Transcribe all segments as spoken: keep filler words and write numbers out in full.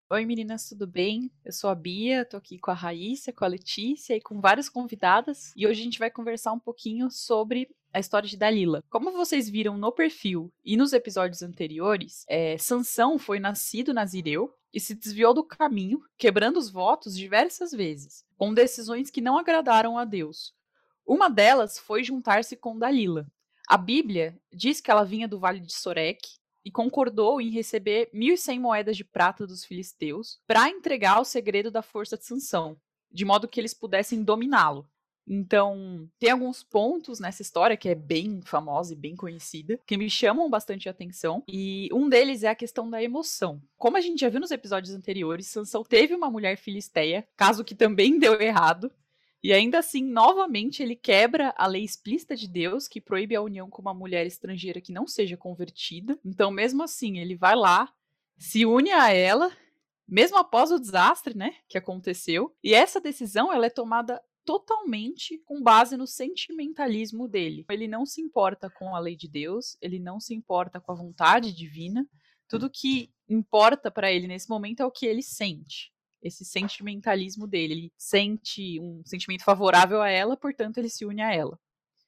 Oi meninas, tudo bem? Eu sou a Bia, tô aqui com a Raíssa, com a Letícia e com várias convidadas. E hoje a gente vai conversar um pouquinho sobre a história de Dalila. Como vocês viram no perfil e nos episódios anteriores, é, Sansão foi nascido Nazireu e se desviou do caminho, quebrando os votos diversas vezes, com decisões que não agradaram a Deus. Uma delas foi juntar-se com Dalila. A Bíblia diz que ela vinha do Vale de Sorek e concordou em receber mil e cem moedas de prata dos filisteus para entregar o segredo da força de Sansão, de modo que eles pudessem dominá-lo. Então, tem alguns pontos nessa história que é bem famosa e bem conhecida, que me chamam bastante a atenção, e um deles é a questão da emoção. Como a gente já viu nos episódios anteriores, Sansão teve uma mulher filisteia, caso que também deu errado, e ainda assim, novamente, ele quebra a lei explícita de Deus, que proíbe a união com uma mulher estrangeira que não seja convertida. Então, mesmo assim, ele vai lá, se une a ela, mesmo após o desastre, né, que aconteceu. E essa decisão, ela é tomada totalmente com base no sentimentalismo dele. Ele não se importa com a lei de Deus, ele não se importa com a vontade divina. Tudo que importa para ele nesse momento é o que ele sente. Esse sentimentalismo dele. Ele sente um sentimento favorável a ela, portanto, ele se une a ela.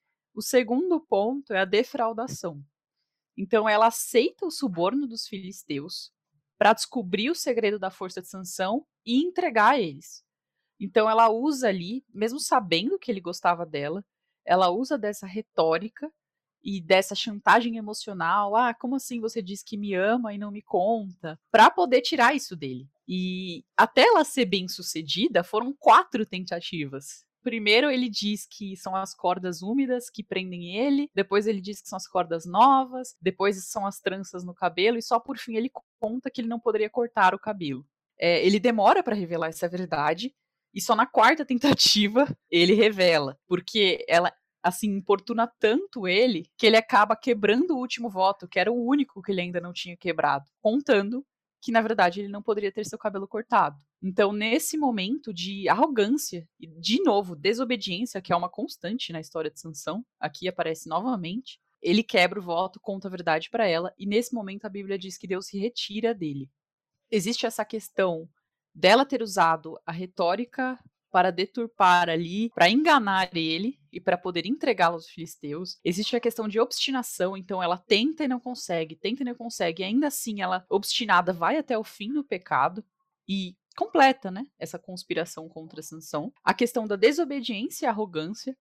O segundo ponto é a defraudação. Então, ela aceita o suborno dos filisteus para descobrir o segredo da força de Sansão e entregar a eles. Então, ela usa ali, mesmo sabendo que ele gostava dela, ela usa dessa retórica e dessa chantagem emocional. Ah, como assim você diz que me ama e não me conta? Para poder tirar isso dele. E até ela ser bem sucedida, foram quatro tentativas. Primeiro ele diz que são as cordas úmidas que prendem ele, depois ele diz que são as cordas novas, depois são as tranças no cabelo, e só por fim ele conta que ele não poderia cortar o cabelo. É, ele demora para revelar essa verdade, e só na quarta tentativa ele revela, porque ela assim importuna tanto ele que ele acaba quebrando o último voto, que era o único que ele ainda não tinha quebrado, contando que na verdade ele não poderia ter seu cabelo cortado. Então, nesse momento de arrogância e, de novo, desobediência, que é uma constante na história de Sansão, aqui aparece novamente, ele quebra o voto, conta a verdade para ela, e nesse momento a Bíblia diz que Deus se retira dele. Existe essa questão dela ter usado a retórica para deturpar ali, para enganar ele e para poder entregá-lo aos filisteus. Existe a questão de obstinação, então ela tenta e não consegue, tenta e não consegue, e ainda assim ela, obstinada, vai até o fim do pecado e completa, né, essa conspiração contra Sansão. A questão da desobediência e arrogância,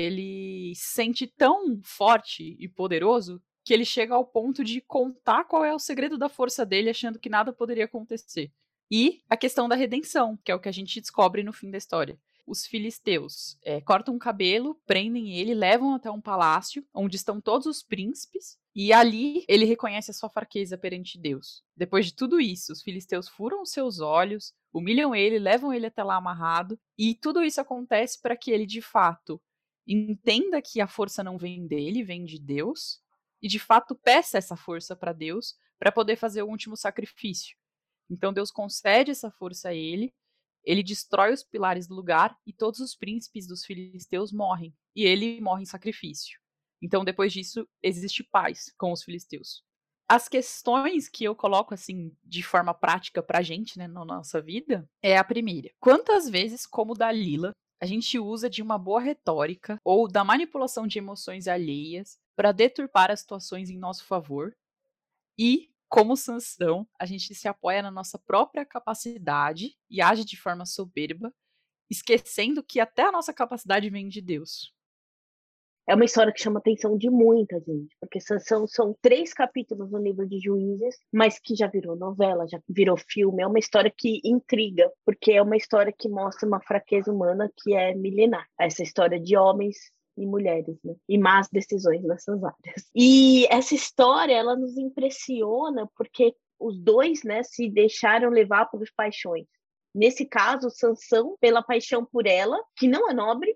ele se sente tão forte e poderoso que ele chega ao ponto de contar qual é o segredo da força dele, achando que nada poderia acontecer. E a questão da redenção, que é o que a gente descobre no fim da história. Os filisteus é, cortam o cabelo, prendem ele, levam até um palácio, onde estão todos os príncipes, e ali ele reconhece a sua fraqueza perante Deus. Depois de tudo isso, os filisteus furam os seus olhos, humilham ele, levam ele até lá amarrado, e tudo isso acontece para que ele, de fato, entenda que a força não vem dele, vem de Deus, e de fato peça essa força para Deus para poder fazer o último sacrifício. Então Deus concede essa força a ele, ele destrói os pilares do lugar e todos os príncipes dos filisteus morrem, e ele morre em sacrifício. Então depois disso existe paz com os filisteus. As questões que eu coloco assim de forma prática pra gente, né, na nossa vida, é a primeira. Quantas vezes, como Dalila, a gente usa de uma boa retórica ou da manipulação de emoções alheias para deturpar as situações em nosso favor? E, como Sansão, a gente se apoia na nossa própria capacidade e age de forma soberba, esquecendo que até a nossa capacidade vem de Deus. É uma história que chama a atenção de muita gente, porque são, são três capítulos no livro de Juízes, mas que já virou novela, já virou filme. É uma história que intriga, porque é uma história que mostra uma fraqueza humana que é milenar. Essa história de homens e mulheres, né? E más decisões nessas áreas. E essa história, ela nos impressiona porque os dois, né, se deixaram levar pelas paixões. Nesse caso, Sansão, pela paixão por ela, que não é nobre,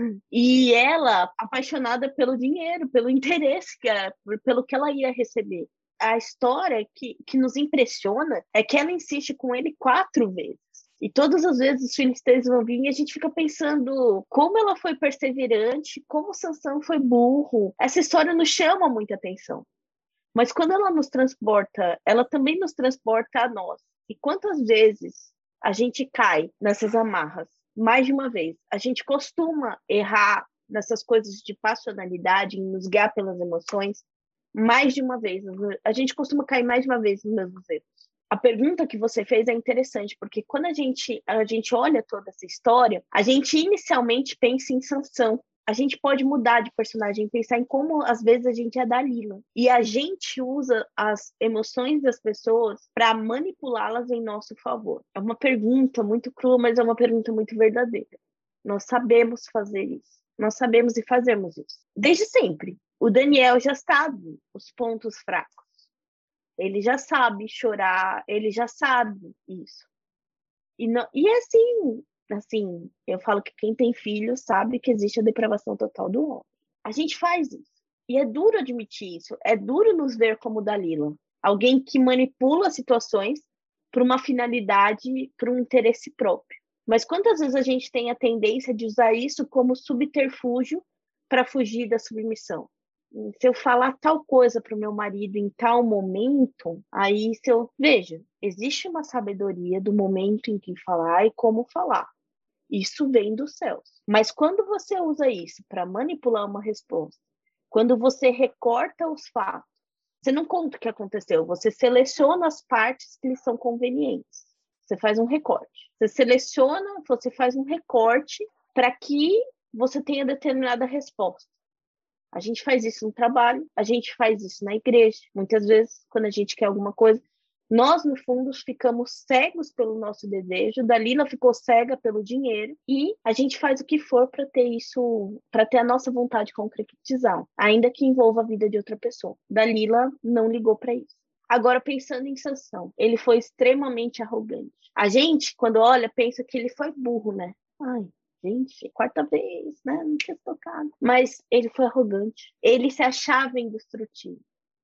e ela apaixonada pelo dinheiro, pelo interesse, que era, pelo que ela ia receber. A história que, que nos impressiona é que ela insiste com ele quatro vezes. E todas as vezes os filisteus vão vir e a gente fica pensando como ela foi perseverante, como Sansão foi burro. Essa história nos chama muita atenção. Mas quando ela nos transporta, ela também nos transporta a nós. E quantas vezes a gente cai nessas amarras? Mais de uma vez. A gente costuma errar nessas coisas de passionalidade, em nos guiar pelas emoções, mais de uma vez. A gente costuma cair mais de uma vez nos mesmos erros. A pergunta que você fez é interessante, porque quando a gente, a gente olha toda essa história, a gente inicialmente pensa em Sansão. A gente pode mudar de personagem, pensar em como, às vezes, a gente é Dalila. E a gente usa as emoções das pessoas para manipulá-las em nosso favor. É uma pergunta muito crua, mas é uma pergunta muito verdadeira. Nós sabemos fazer isso. Nós sabemos e fazemos isso. Desde sempre. O Daniel já sabe os pontos fracos. Ele já sabe chorar, ele já sabe isso. E, não, e é assim, assim, eu falo que quem tem filho sabe que existe a depravação total do homem. A gente faz isso. E é duro admitir isso. É duro nos ver como Dalila. Alguém que manipula situações para uma finalidade, para um interesse próprio. Mas quantas vezes a gente tem a tendência de usar isso como subterfúgio para fugir da submissão? Se eu falar tal coisa para o meu marido em tal momento, aí se eu... Veja, existe uma sabedoria do momento em que falar e como falar. Isso vem dos céus. Mas quando você usa isso para manipular uma resposta, quando você recorta os fatos, você não conta o que aconteceu, você seleciona as partes que lhe são convenientes. Você faz um recorte. Você seleciona, você faz um recorte para que você tenha determinada resposta. A gente faz isso no trabalho, a gente faz isso na igreja. Muitas vezes, quando a gente quer alguma coisa, nós, no fundo, ficamos cegos pelo nosso desejo. Dalila ficou cega pelo dinheiro e a gente faz o que for para ter isso, para ter a nossa vontade concretizada, ainda que envolva a vida de outra pessoa. Dalila não ligou para isso. Agora, pensando em Sansão, ele foi extremamente arrogante. A gente, quando olha, pensa que ele foi burro, né? Ai, gente, quarta vez, né? Não tinha tocado. Mas ele foi arrogante. Ele se achava indestrutível.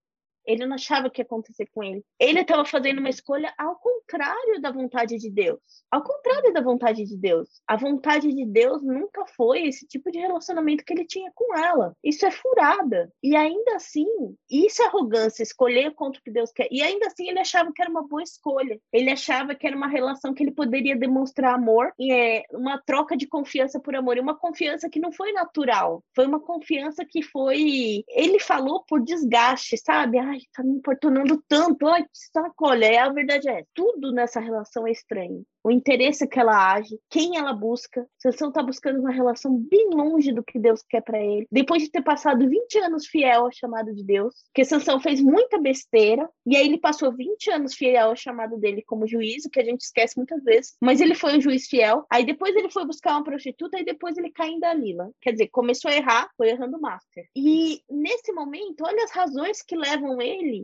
Ele não achava o que ia acontecer com ele. Ele estava fazendo uma escolha ao contrário da vontade de Deus. Ao contrário da vontade de Deus. A vontade de Deus nunca foi esse tipo de relacionamento que ele tinha com ela. Isso é furada. E ainda assim, isso é arrogância, escolher contra o que Deus quer. E ainda assim, ele achava que era uma boa escolha. Ele achava que era uma relação que ele poderia demonstrar amor, e é uma troca de confiança por amor. E uma confiança que não foi natural. Foi uma confiança que foi... Ele falou por desgaste, sabe? Ai, tá me importunando tanto, ai, que saco. Olha, a verdade é, tudo nessa relação é estranho. O interesse que ela age, quem ela busca. Sansão tá buscando uma relação bem longe do que Deus quer para ele. Depois de ter passado vinte anos fiel ao chamado de Deus, porque Sansão fez muita besteira, e aí ele passou vinte anos fiel ao chamado dele como juiz, o que a gente esquece muitas vezes, mas ele foi um juiz fiel, aí depois ele foi buscar uma prostituta, e depois ele cai em Dalila. Quer dizer, começou a errar, foi errando o master. E nesse momento, olha as razões que levam ele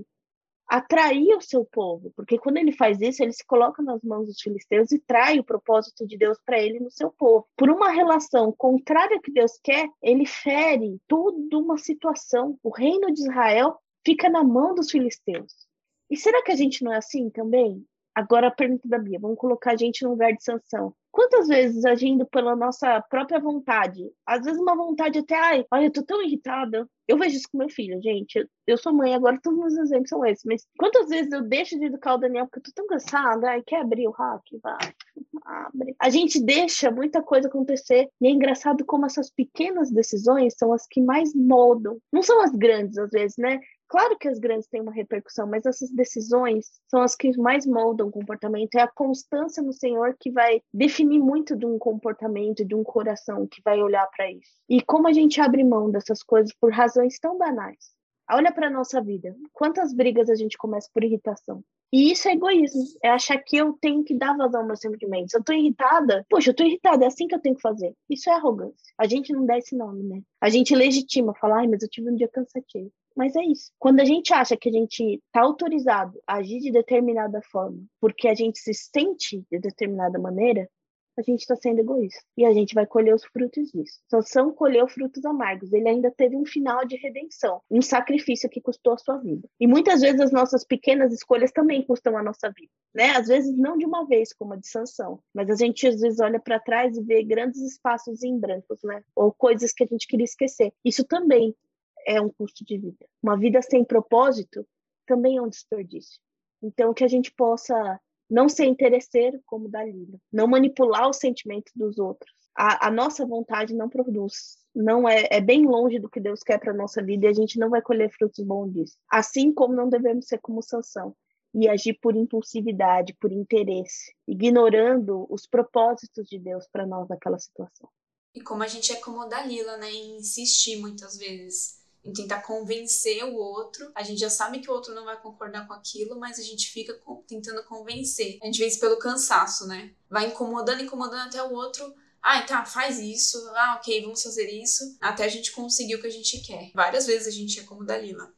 atrair o seu povo, porque quando ele faz isso, ele se coloca nas mãos dos filisteus e trai o propósito de Deus para ele no seu povo. Por uma relação contrária ao que Deus quer, ele fere toda uma situação. O reino de Israel fica na mão dos filisteus. E será que a gente não é assim também? Agora a pergunta da Bia, vamos colocar a gente no lugar de Sansão. Quantas vezes agindo pela nossa própria vontade, às vezes uma vontade até, ai, olha, eu tô tão irritada. Eu vejo isso com meu filho, gente. Eu, eu sou mãe, agora todos os meus exemplos são esses. Mas quantas vezes eu deixo de educar o Daniel porque eu tô tão cansada? Ai, quer abrir o hack? Vai, abre. A gente deixa muita coisa acontecer. E é engraçado como essas pequenas decisões são as que mais moldam. Não são as grandes, às vezes, né? Claro que as grandes têm uma repercussão, mas essas decisões são as que mais moldam o comportamento. É a constância no Senhor que vai definir muito de um comportamento, de um coração que vai olhar para isso. E como a gente abre mão dessas coisas por razões tão banais. Olha para a nossa vida. Quantas brigas a gente começa por irritação? E isso é egoísmo. É achar que eu tenho que dar vazão aos meus sentimentos. Eu tô irritada. Poxa, eu tô irritada. É assim que eu tenho que fazer. Isso é arrogância. A gente não dá esse nome, né? A gente legitima. Falar, ai, mas eu tive um dia cansativo. Mas é isso. Quando a gente acha que a gente está autorizado a agir de determinada forma porque a gente se sente de determinada maneira, a gente está sendo egoísta. E a gente vai colher os frutos disso. Sansão colheu frutos amargos. Ele ainda teve um final de redenção. Um sacrifício que custou a sua vida. E muitas vezes as nossas pequenas escolhas também custam a nossa vida. Né? Às vezes não de uma vez, como a de Sansão. Mas a gente às vezes olha para trás e vê grandes espaços em brancos. Né? Ou coisas que a gente queria esquecer. Isso também é um custo de vida. Uma vida sem propósito também é um desperdício. Então, que a gente possa Não ser interesseiro como Dalila. Não manipular os sentimentos dos outros. A, a nossa vontade não produz. Não é, é bem longe do que Deus quer para a nossa vida e a gente não vai colher frutos bons disso. Assim como não devemos ser como Sansão e agir por impulsividade, por interesse, ignorando os propósitos de Deus para nós naquela situação. E como a gente é como Dalila, né, em insistir muitas vezes, em tentar convencer o outro. A gente já sabe que o outro não vai concordar com aquilo, mas a gente fica tentando convencer. A gente vê isso pelo cansaço, né? Vai incomodando, incomodando até o outro. Ah, tá, faz isso. Ah, ok, vamos fazer isso. Até a gente conseguir o que a gente quer. Várias vezes a gente é como Dalila.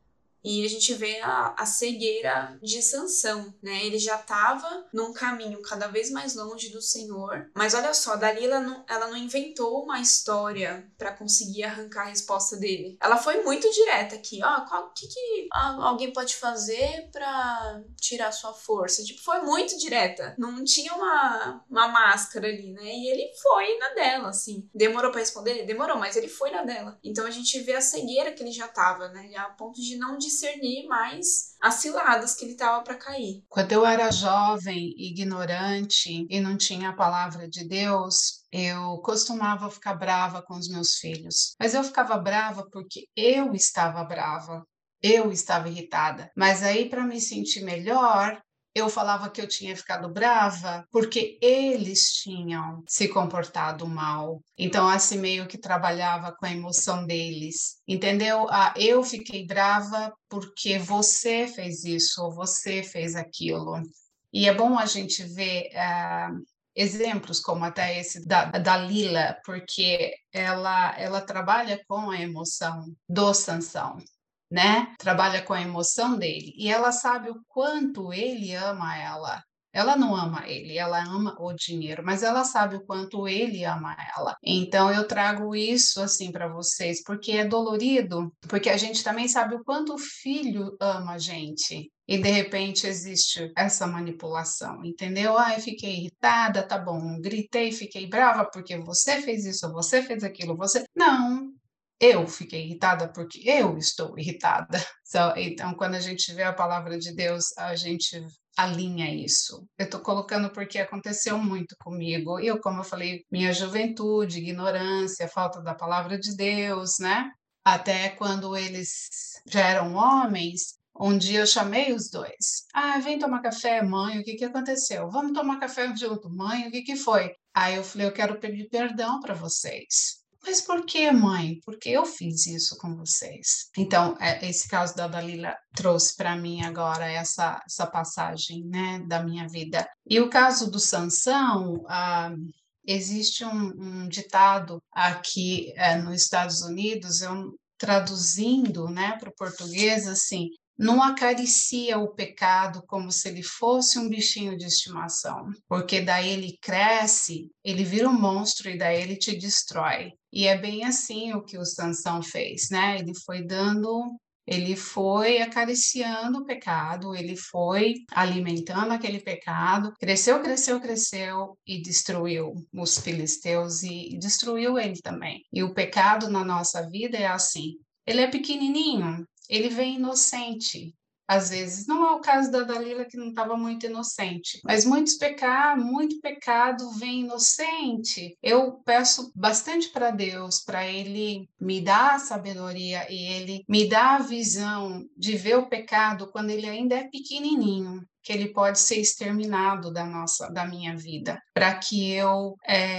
E a gente vê a, a cegueira de Sansão, né? Ele já estava num caminho cada vez mais longe do Senhor. Mas olha só, Dalila não, ela não inventou uma história para conseguir arrancar a resposta dele. Ela foi muito direta aqui. Ó, o que, que alguém pode fazer para tirar sua força? Tipo, foi muito direta. Não tinha uma, uma máscara ali, né? E ele foi na dela, assim. Demorou para responder? Demorou, mas ele foi na dela. Então a gente vê a cegueira que ele já tava, né? A ponto de não discernir mais as ciladas que ele tava para cair. Quando eu era jovem, ignorante e não tinha a palavra de Deus, eu costumava ficar brava com os meus filhos. Mas eu ficava brava porque eu estava brava, eu estava irritada. Mas aí, para me sentir melhor, eu falava que eu tinha ficado brava porque eles tinham se comportado mal. Então, assim, meio que trabalhava com a emoção deles, entendeu? Ah, eu fiquei brava porque você fez isso ou você fez aquilo. E é bom a gente ver ah, exemplos como até esse da, da Lila, porque ela, ela trabalha com a emoção do Sansão. Né? Trabalha com a emoção dele e ela sabe o quanto ele ama ela. Ela não ama ele, ela ama o dinheiro, mas ela sabe o quanto ele ama ela. Então eu trago isso assim para vocês, porque é dolorido, porque a gente também sabe o quanto o filho ama a gente. E de repente existe essa manipulação, entendeu? Ah, eu fiquei irritada, tá bom, gritei, fiquei brava porque você fez isso, você fez aquilo, você. Não, eu fiquei irritada porque eu estou irritada. So, então, quando a gente vê a palavra de Deus, a gente alinha isso. Eu estou colocando porque aconteceu muito comigo. Eu, como eu falei, minha juventude, ignorância, falta da palavra de Deus, né? Até quando eles já eram homens, um dia eu chamei os dois. Ah, vem tomar café, mãe, o que, que aconteceu? Vamos tomar café junto, mãe, o que, que foi? Aí eu falei, eu quero pedir perdão para vocês. Mas por que, mãe? Porque eu fiz isso com vocês. Então, esse caso da Dalila trouxe para mim agora essa, essa passagem, né, da minha vida. E o caso do Sansão, ah, existe um, um ditado aqui eh, nos Estados Unidos, eu traduzindo, né, para o português, assim, não acaricia o pecado como se ele fosse um bichinho de estimação, porque daí ele cresce, ele vira um monstro e daí ele te destrói. E é bem assim o que o Sansão fez, né? Ele foi dando, ele foi acariciando o pecado, ele foi alimentando aquele pecado, cresceu, cresceu, cresceu e destruiu os filisteus e destruiu ele também. E o pecado na nossa vida é assim, ele é pequenininho, ele vem inocente. Às vezes, não é o caso da Dalila, que não estava muito inocente, mas muitos pecados, muito pecado vem inocente. Eu peço bastante para Deus, para Ele me dar a sabedoria e Ele me dar a visão de ver o pecado quando ele ainda é pequenininho, que ele pode ser exterminado da nossa, da minha vida, para que eu,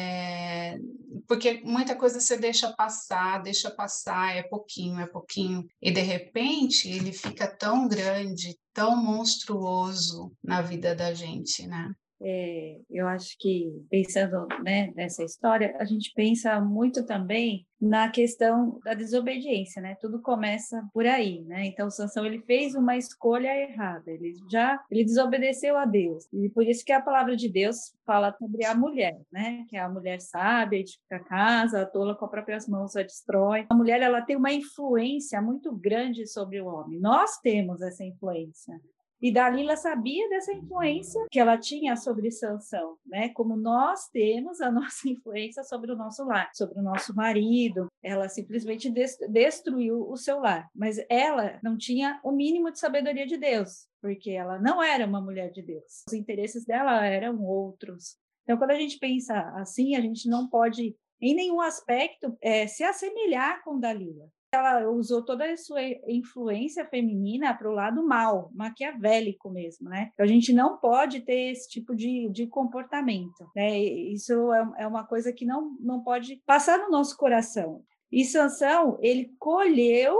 é... porque muita coisa você deixa passar, deixa passar, é pouquinho, é pouquinho, e de repente ele fica tão grande, tão monstruoso na vida da gente, né? É, eu acho que, pensando, né, nessa história, a gente pensa muito também na questão da desobediência, né? Tudo começa por aí, né? Então, Sansão, ele fez uma escolha errada, ele já ele desobedeceu a Deus. E por isso que a palavra de Deus fala sobre a mulher, né? Que é a mulher sábia, edifica a casa, a tola com as próprias mãos a destrói. A mulher, ela tem uma influência muito grande sobre o homem. Nós temos essa influência. E Dalila sabia dessa influência que ela tinha sobre Sansão, né? Como nós temos a nossa influência sobre o nosso lar, sobre o nosso marido. Ela simplesmente destruiu o seu lar, mas ela não tinha o mínimo de sabedoria de Deus, porque ela não era uma mulher de Deus. Os interesses dela eram outros. Então, quando a gente pensa assim, a gente não pode, em nenhum aspecto, é, se assemelhar com Dalila. Ela usou toda a sua influência feminina para o lado mal, maquiavélico mesmo, né? A gente não pode ter esse tipo de, de comportamento, né? Isso é, é uma coisa que não, não pode passar no nosso coração. E Sansão, ele colheu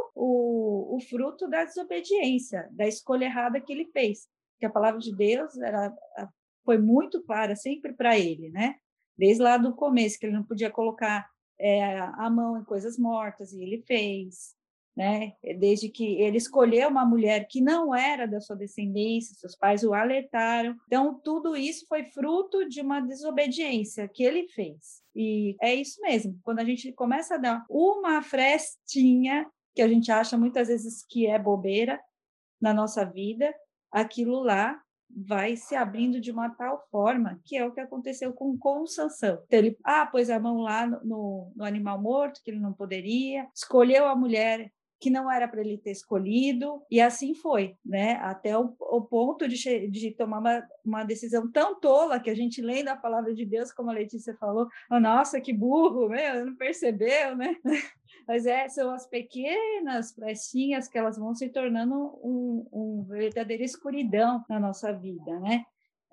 o, o fruto da desobediência, da escolha errada que ele fez, que a palavra de Deus era, foi muito clara sempre para ele, né? Desde lá do começo, que ele não podia colocar É, a mão em coisas mortas, e ele fez, né? Desde que ele escolheu uma mulher que não era da sua descendência, seus pais o alertaram. Então, tudo isso foi fruto de uma desobediência que ele fez. E é isso mesmo, quando a gente começa a dar uma frestinha, que a gente acha muitas vezes que é bobeira na nossa vida, aquilo lá vai se abrindo de uma tal forma, que é o que aconteceu com, com o Sansão. Então, ele ah, pôs a mão lá no, no animal morto, que ele não poderia, escolheu a mulher que não era para ele ter escolhido, e assim foi, né? Até o, o ponto de, de tomar uma, uma decisão tão tola, que a gente lendo a palavra de Deus, como a Letícia falou, oh, nossa, que burro, meu, não percebeu, né? Mas é, são as pequenas flechinhas que elas vão se tornando um, um verdadeira escuridão na nossa vida, né?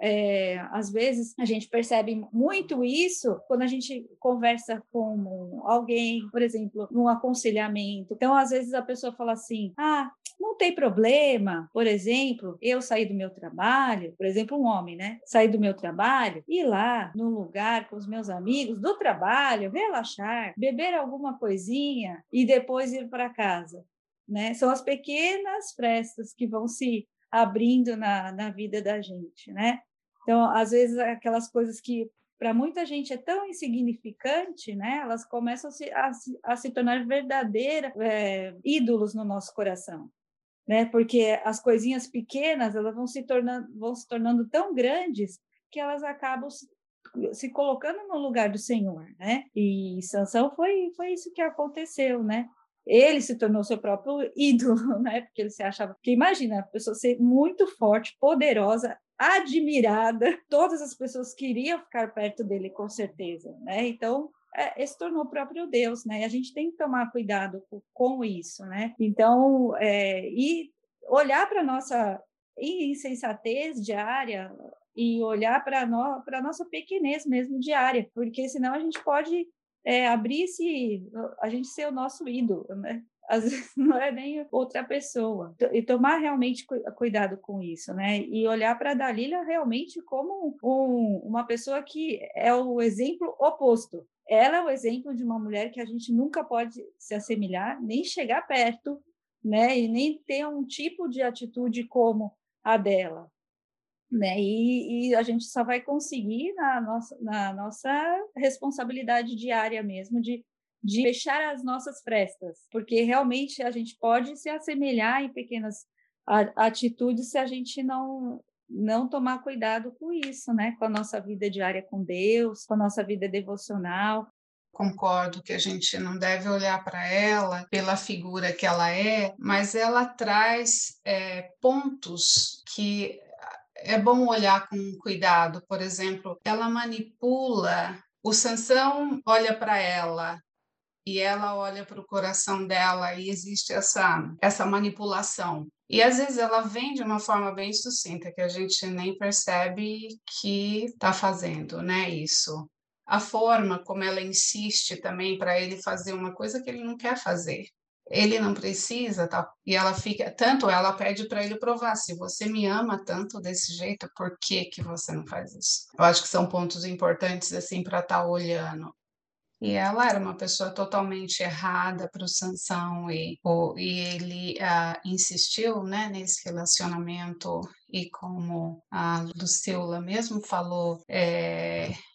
É, às vezes a gente percebe muito isso quando a gente conversa com alguém, por exemplo, num aconselhamento. Então, às vezes a pessoa fala assim, ah, não tem problema, por exemplo, eu sair do meu trabalho, por exemplo, um homem, né? Sair do meu trabalho, ir lá num lugar com os meus amigos do trabalho, relaxar, beber alguma coisinha e depois ir para casa, né? São as pequenas frestas que vão se abrindo na, na vida da gente, né? Então, às vezes, aquelas coisas que para muita gente é tão insignificante, né? Elas começam a se, a, a se tornar verdadeiros é, ídolos no nosso coração, né? Porque as coisinhas pequenas elas vão se tornando, vão se tornando tão grandes que elas acabam se, se colocando no lugar do Senhor, né? E Sansão foi, foi isso que aconteceu, né? Ele se tornou seu próprio ídolo, né? Porque ele se achava... Porque imagina, a pessoa ser muito forte, poderosa, admirada, todas as pessoas queriam ficar perto dele, com certeza, né? Então, é, se tornou o próprio Deus, né? E a gente tem que tomar cuidado com, com isso, né? Então, é, e olhar para a nossa insensatez diária e olhar para no, a nossa pequenez mesmo diária, porque senão a gente pode é, abrir esse... a gente ser o nosso ídolo, né? Às vezes não é nem outra pessoa. E tomar realmente cuidado com isso, né? E olhar para a Dalila realmente como um, uma pessoa que é o exemplo oposto. Ela é o exemplo de uma mulher que a gente nunca pode se assemelhar, nem chegar perto, né? E nem ter um tipo de atitude como a dela, né? E, e a gente só vai conseguir na nossa, na nossa responsabilidade diária mesmo de de fechar as nossas frestas, porque realmente a gente pode se assemelhar em pequenas atitudes se a gente não não tomar cuidado com isso, né? Com a nossa vida diária com Deus, com a nossa vida devocional. Concordo que a gente não deve olhar para ela pela figura que ela é, mas ela traz é, pontos que é bom olhar com cuidado. Por exemplo, ela manipula. O Sansão olha para ela e ela olha para o coração dela e existe essa, essa manipulação. E às vezes ela vem de uma forma bem sucinta, que a gente nem percebe que está fazendo, né, isso. A forma como ela insiste também para ele fazer uma coisa que ele não quer fazer. Ele não precisa, tá? E ela fica, tanto ela pede para ele provar, se você me ama tanto desse jeito, por que que você não faz isso? Eu acho que são pontos importantes assim para estar tá olhando. E ela era uma pessoa totalmente errada para o Sansão e, o, e ele uh, insistiu, né, nesse relacionamento e como a Lucila mesmo falou, é,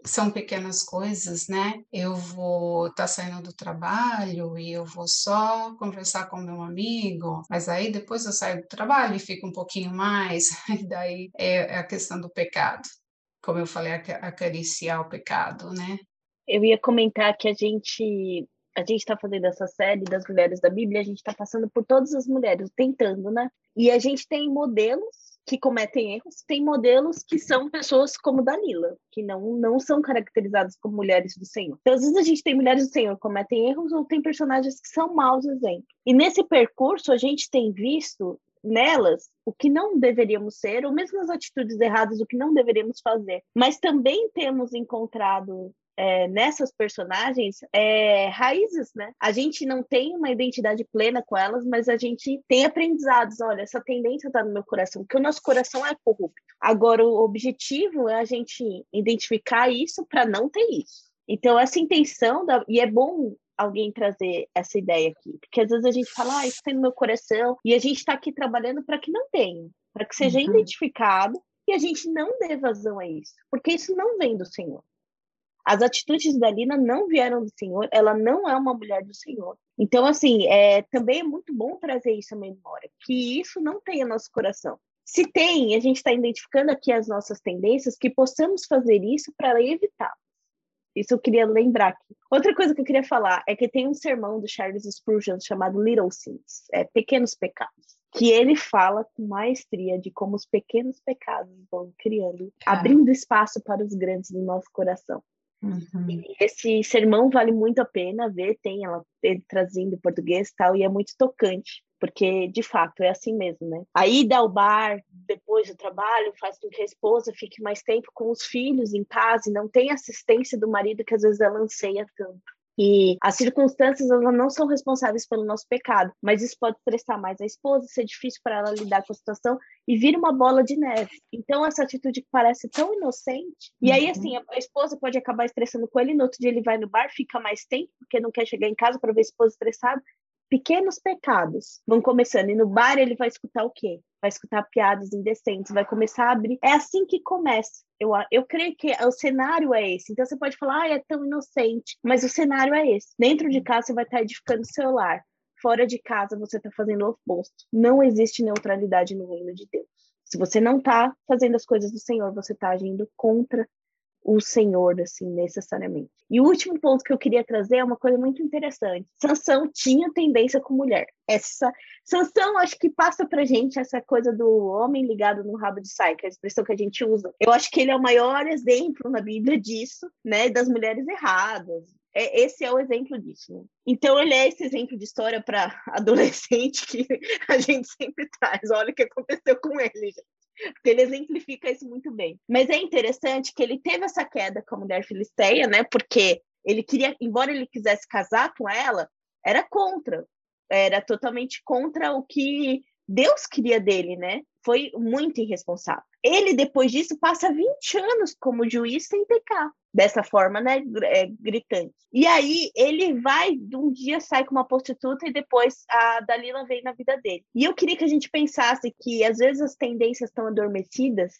são pequenas coisas, né? Eu vou estar saindo do trabalho e eu vou só conversar com meu amigo, mas aí depois eu saio do trabalho e fico um pouquinho mais, e daí é a questão do pecado. Como eu falei, aca- acariciar o pecado, né? Eu ia comentar que a gente a gente está fazendo essa série das mulheres da Bíblia, a gente está passando por todas as mulheres, tentando, né? E a gente tem modelos que cometem erros, tem modelos que são pessoas como Dalila, que não, não são caracterizadas como mulheres do Senhor. Então, às vezes a gente tem mulheres do Senhor que cometem erros ou tem personagens que são maus exemplos. E nesse percurso, a gente tem visto nelas o que não deveríamos ser, ou mesmo as atitudes erradas, o que não deveríamos fazer. Mas também temos encontrado é, nessas personagens é, raízes, né? A gente não tem uma identidade plena com elas, mas a gente tem aprendizados. Olha, essa tendência está no meu coração, porque o nosso coração é corrupto. Agora, o objetivo é a gente identificar isso para não ter isso. Então, essa intenção, da... e é bom alguém trazer essa ideia aqui, porque às vezes a gente fala, ah, isso tem no meu coração, e a gente está aqui trabalhando para que não tenha, para que seja Uhum. identificado e a gente não dê vazão a isso, porque isso não vem do Senhor. As atitudes da Lina não vieram do Senhor, ela não é uma mulher do Senhor. Então, assim, é, também é muito bom trazer isso à memória, que isso não tem no nosso coração. Se tem, a gente está identificando aqui as nossas tendências, que possamos fazer isso para evitar. Isso eu queria lembrar aqui. Outra coisa que eu queria falar é que tem um sermão do Charles Spurgeon chamado Little Sins, é, Pequenos Pecados, que ele fala com maestria de como os pequenos pecados vão criando, Tá. abrindo espaço para os grandes no nosso coração. Uhum. Esse sermão vale muito a pena ver, tem ela ele trazendo em português e tal, e é muito tocante, porque de fato é assim mesmo, né? A ida ao bar depois do trabalho faz com que a esposa fique mais tempo com os filhos em casa e não tenha assistência do marido que às vezes ela anseia tanto. E as circunstâncias elas não são responsáveis pelo nosso pecado, mas isso pode estressar mais a esposa, ser difícil para ela lidar com a situação e vira uma bola de neve. Então, essa atitude que parece tão inocente, e aí, assim, a, a esposa pode acabar estressando com ele, no outro dia ele vai no bar, fica mais tempo, porque não quer chegar em casa para ver a esposa estressada. Pequenos pecados vão começando, e no bar ele vai escutar o quê? Vai escutar piadas indecentes, vai começar a abrir. É assim que começa. Eu, eu creio que o cenário é esse. Então você pode falar, ah, é tão inocente, mas o cenário é esse. Dentro de casa você vai estar edificando o seu lar. Fora de casa você está fazendo o oposto. Não existe neutralidade no reino de Deus. Se você não está fazendo as coisas do Senhor, você está agindo contra o Senhor, assim, necessariamente. E o último ponto que eu queria trazer é uma coisa muito interessante. Sansão tinha tendência com mulher. Essa Sansão, acho que passa pra gente essa coisa do homem ligado no rabo de saia, que é a expressão que a gente usa. Eu acho que ele é o maior exemplo na Bíblia disso, né, das mulheres erradas. É, esse é o exemplo disso. Né? Então, ele é esse exemplo de história para adolescente que a gente sempre traz. Olha o que aconteceu com ele, gente. Porque ele exemplifica isso muito bem. Mas é interessante que ele teve essa queda com a mulher filisteia, né? Porque ele queria, embora ele quisesse casar com ela, era contra. Era totalmente contra o que Deus queria dele, né? Foi muito irresponsável. Ele, depois disso, passa vinte anos como juiz sem pecar. Dessa forma, né, é, gritante. E aí, ele vai, de um dia sai com uma prostituta e depois a Dalila vem na vida dele. E eu queria que a gente pensasse que, às vezes, as tendências estão adormecidas,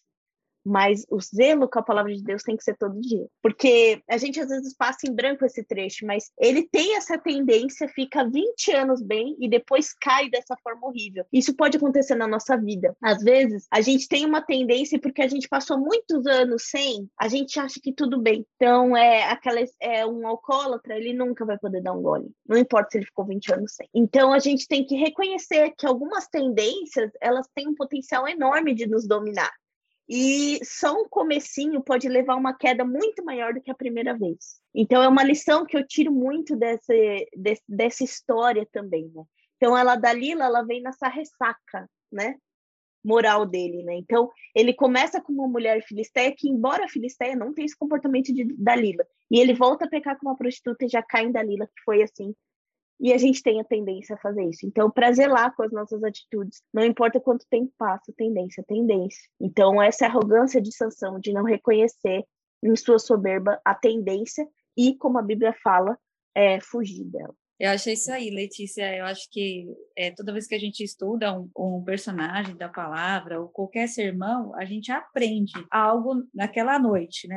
mas o zelo com a palavra de Deus tem que ser todo dia. Porque a gente às vezes passa em branco esse trecho, mas ele tem essa tendência, fica vinte anos bem e depois cai dessa forma horrível. Isso pode acontecer na nossa vida. Às vezes, a gente tem uma tendência porque a gente passou muitos anos sem, a gente acha que tudo bem. Então, é aquela é um alcoólatra, ele nunca vai poder dar um gole. Não importa se ele ficou vinte anos sem. Então, a gente tem que reconhecer que algumas tendências, elas têm um potencial enorme de nos dominar. E só um comecinho pode levar a uma queda muito maior do que a primeira vez. Então, é uma lição que eu tiro muito dessa, desse, dessa história também, né? Então, ela, Dalila, ela vem nessa ressaca, né? Moral dele, né? Então, ele começa com uma mulher filisteia que, embora a filisteia não tenha esse comportamento de Dalila, e ele volta a pecar com uma prostituta e já cai em Dalila, que foi assim. E a gente tem a tendência a fazer isso. Então, para zelar com as nossas atitudes, não importa quanto tempo passa, tendência, tendência. Então, essa arrogância de Sansão, de não reconhecer em sua soberba a tendência e, como a Bíblia fala, é, fugir dela. Eu acho isso aí, Letícia. Eu acho que é, toda vez que a gente estuda um, um personagem da palavra ou qualquer sermão, a gente aprende algo naquela noite, né?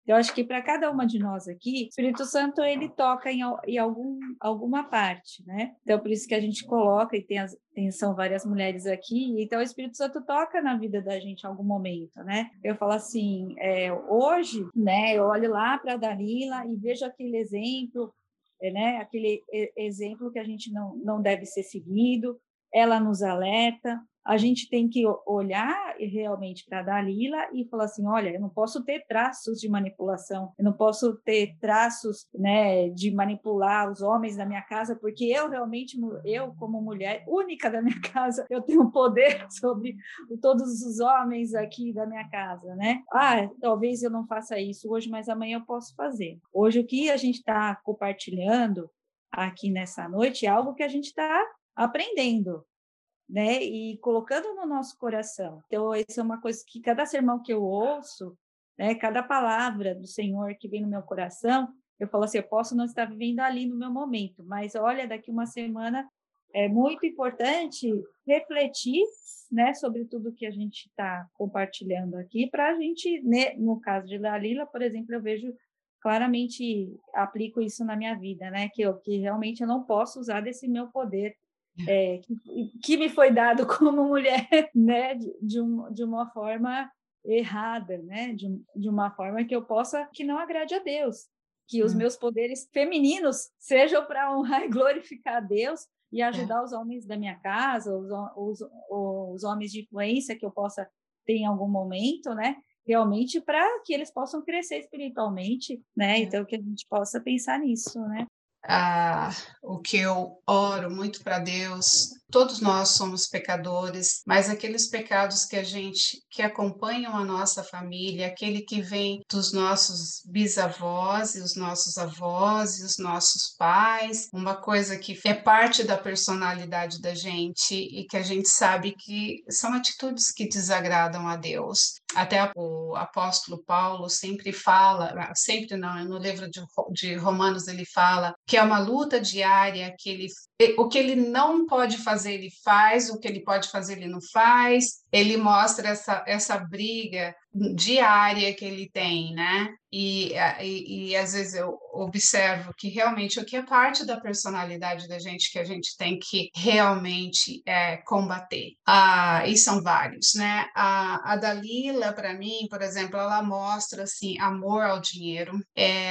Eu acho que para cada uma de nós aqui, o Espírito Santo ele toca em, em algum, alguma parte, né? Então, por isso que a gente coloca, e tem, as, tem são várias mulheres aqui, então o Espírito Santo toca na vida da gente em algum momento, né? Eu falo assim, é, hoje, né, eu olho lá para a Dalila e vejo aquele exemplo, é, né, aquele exemplo que a gente não, não deve ser seguido, ela nos alerta, a gente tem que olhar realmente para a Dalila e falar assim, olha, eu não posso ter traços de manipulação, eu não posso ter traços, né, de manipular os homens da minha casa, porque eu realmente, eu como mulher única da minha casa, eu tenho poder sobre todos os homens aqui da minha casa, né? Ah, talvez eu não faça isso hoje, mas amanhã eu posso fazer. Hoje, o que a gente está compartilhando aqui nessa noite é algo que a gente está aprendendo, né? E colocando no nosso coração. Então, isso é uma coisa que cada sermão que eu ouço, né? Cada palavra do Senhor que vem no meu coração, eu falo assim, eu posso não estar vivendo ali no meu momento, mas olha, daqui uma semana é muito importante refletir, né, sobre tudo que a gente está compartilhando aqui, para a gente, né, no caso de Dalila, por exemplo, eu vejo claramente, aplico isso na minha vida, né, que, eu, que realmente eu não posso usar desse meu poder É, que, que me foi dado como mulher, né, de, de, um, de uma forma errada, né, de, de uma forma que eu possa, que não agrade a Deus, que os meus poderes femininos sejam para honrar e glorificar a Deus e ajudar é. os homens da minha casa, os, os, os homens de influência que eu possa ter em algum momento, né, realmente para que eles possam crescer espiritualmente, né, é. Então que a gente possa pensar nisso, né. Ah, o que eu oro muito para Deus, todos nós somos pecadores, mas aqueles pecados que a gente, que acompanham a nossa família, aquele que vem dos nossos bisavós e os nossos avós e os nossos pais, uma coisa que é parte da personalidade da gente e que a gente sabe que são atitudes que desagradam a Deus. Até o apóstolo Paulo sempre fala, sempre não, no livro de, de Romanos ele fala que é uma luta diária, que ele, o que ele não pode fazer ele faz, o que ele pode fazer ele não faz, ele mostra essa, essa briga diária que ele tem, né? E, e, e às vezes eu observo que realmente o que é parte da personalidade da gente que a gente tem que realmente é, combater. Ah, e são vários, né? A, a Dalila, para mim, por exemplo, ela mostra assim amor ao dinheiro, é,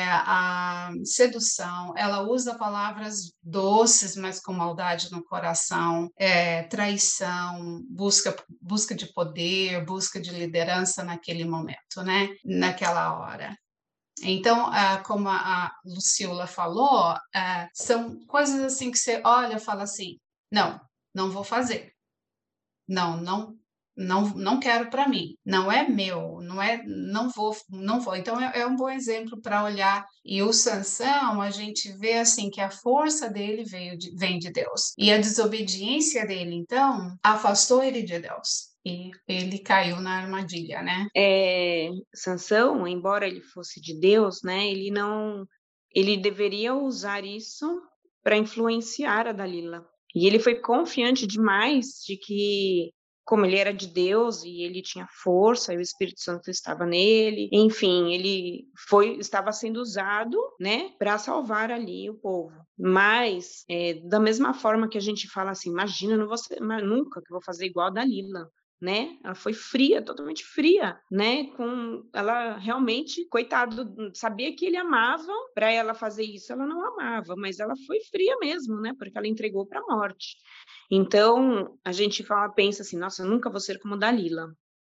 a sedução, ela usa palavras doces, mas com maldade no coração, é, traição, busca, busca de poder, busca de liderança naquele momento, né? Naquela hora. Então, ah, como a Lucila falou, ah, são coisas assim que você olha e fala assim, não, não vou fazer. Não, não, não, não quero para mim. Não é meu, não é, não vou, não vou. Então é, é um bom exemplo para olhar. E o Sansão, a gente vê assim que a força dele veio de, vem de Deus e a desobediência dele, então, afastou ele de Deus. E ele caiu na armadilha, né? É, Sansão, embora ele fosse de Deus, né, ele não, ele deveria usar isso para influenciar a Dalila. E ele foi confiante demais de que, como ele era de Deus e ele tinha força, e o Espírito Santo estava nele, enfim, ele foi, estava sendo usado, né, para salvar ali o povo. Mas, é, da mesma forma que a gente fala assim, imagina, não vou ser, nunca que eu vou fazer igual a Dalila, né? Ela foi fria, totalmente fria, né? Com ela realmente, coitado, sabia que ele amava, para ela fazer isso, ela não amava, mas ela foi fria mesmo, né? Porque ela entregou para a morte. Então, a gente fala, pensa assim, nossa, eu nunca vou ser como Dalila,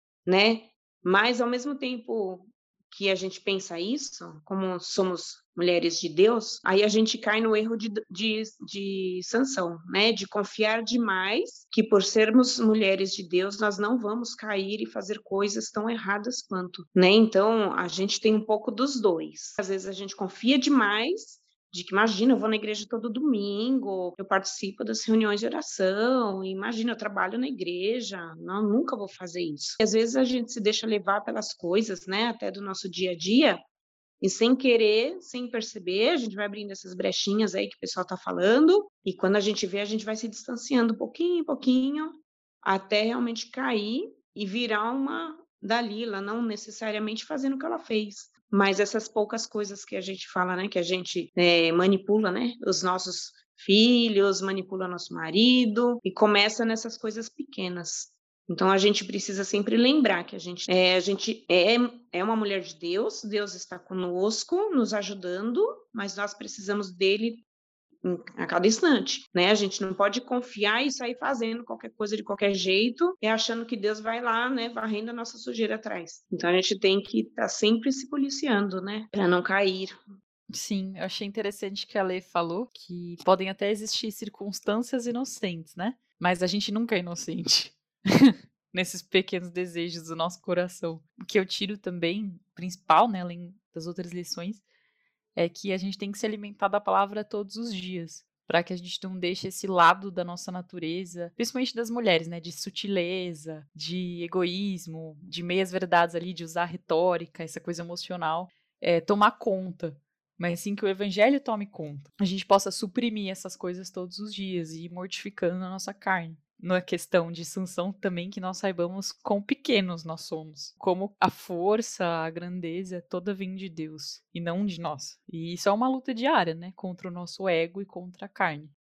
né? Mas ao mesmo tempo que a gente pensa isso, como somos mulheres de Deus, aí a gente cai no erro de, de, de Sansão, né? De confiar demais que por sermos mulheres de Deus, nós não vamos cair e fazer coisas tão erradas quanto, né? Então, a gente tem um pouco dos dois. Às vezes a gente confia demais, de que, imagina, eu vou na igreja todo domingo, eu participo das reuniões de oração, imagina, eu trabalho na igreja, não, nunca vou fazer isso. E às vezes a gente se deixa levar pelas coisas, né, até do nosso dia a dia, e sem querer, sem perceber, a gente vai abrindo essas brechinhas aí que o pessoal está falando, e quando a gente vê, a gente vai se distanciando pouquinho em pouquinho, até realmente cair e virar uma Dalila, não necessariamente fazendo o que ela fez, mas essas poucas coisas que a gente fala, né, que a gente é, manipula, né, os nossos filhos, manipula nosso marido, e começa nessas coisas pequenas. Então, a gente precisa sempre lembrar que a gente, é, a gente é, é uma mulher de Deus, Deus está conosco, nos ajudando, mas nós precisamos dele a cada instante, né? A gente não pode confiar e sair fazendo qualquer coisa de qualquer jeito e achando que Deus vai lá, né, varrendo a nossa sujeira atrás. Então, a gente tem que estar tá sempre se policiando, né, para não cair. Sim, eu achei interessante que a Lê falou que podem até existir circunstâncias inocentes, né? Mas a gente nunca é inocente. Nesses pequenos desejos do nosso coração. O que eu tiro também, principal, né, além das outras lições, é que a gente tem que se alimentar da palavra todos os dias, para que a gente não deixe esse lado da nossa natureza, principalmente das mulheres, né, de sutileza, de egoísmo, de meias verdades ali, de usar retórica, essa coisa emocional, é, tomar conta. Mas sim que o evangelho tome conta. A gente possa suprimir essas coisas todos os dias e ir mortificando a nossa carne. Na questão de Sansão também, que nós saibamos quão pequenos nós somos. Como a força, a grandeza toda vem de Deus e não de nós. E isso é uma luta diária, né? Contra o nosso ego e contra a carne.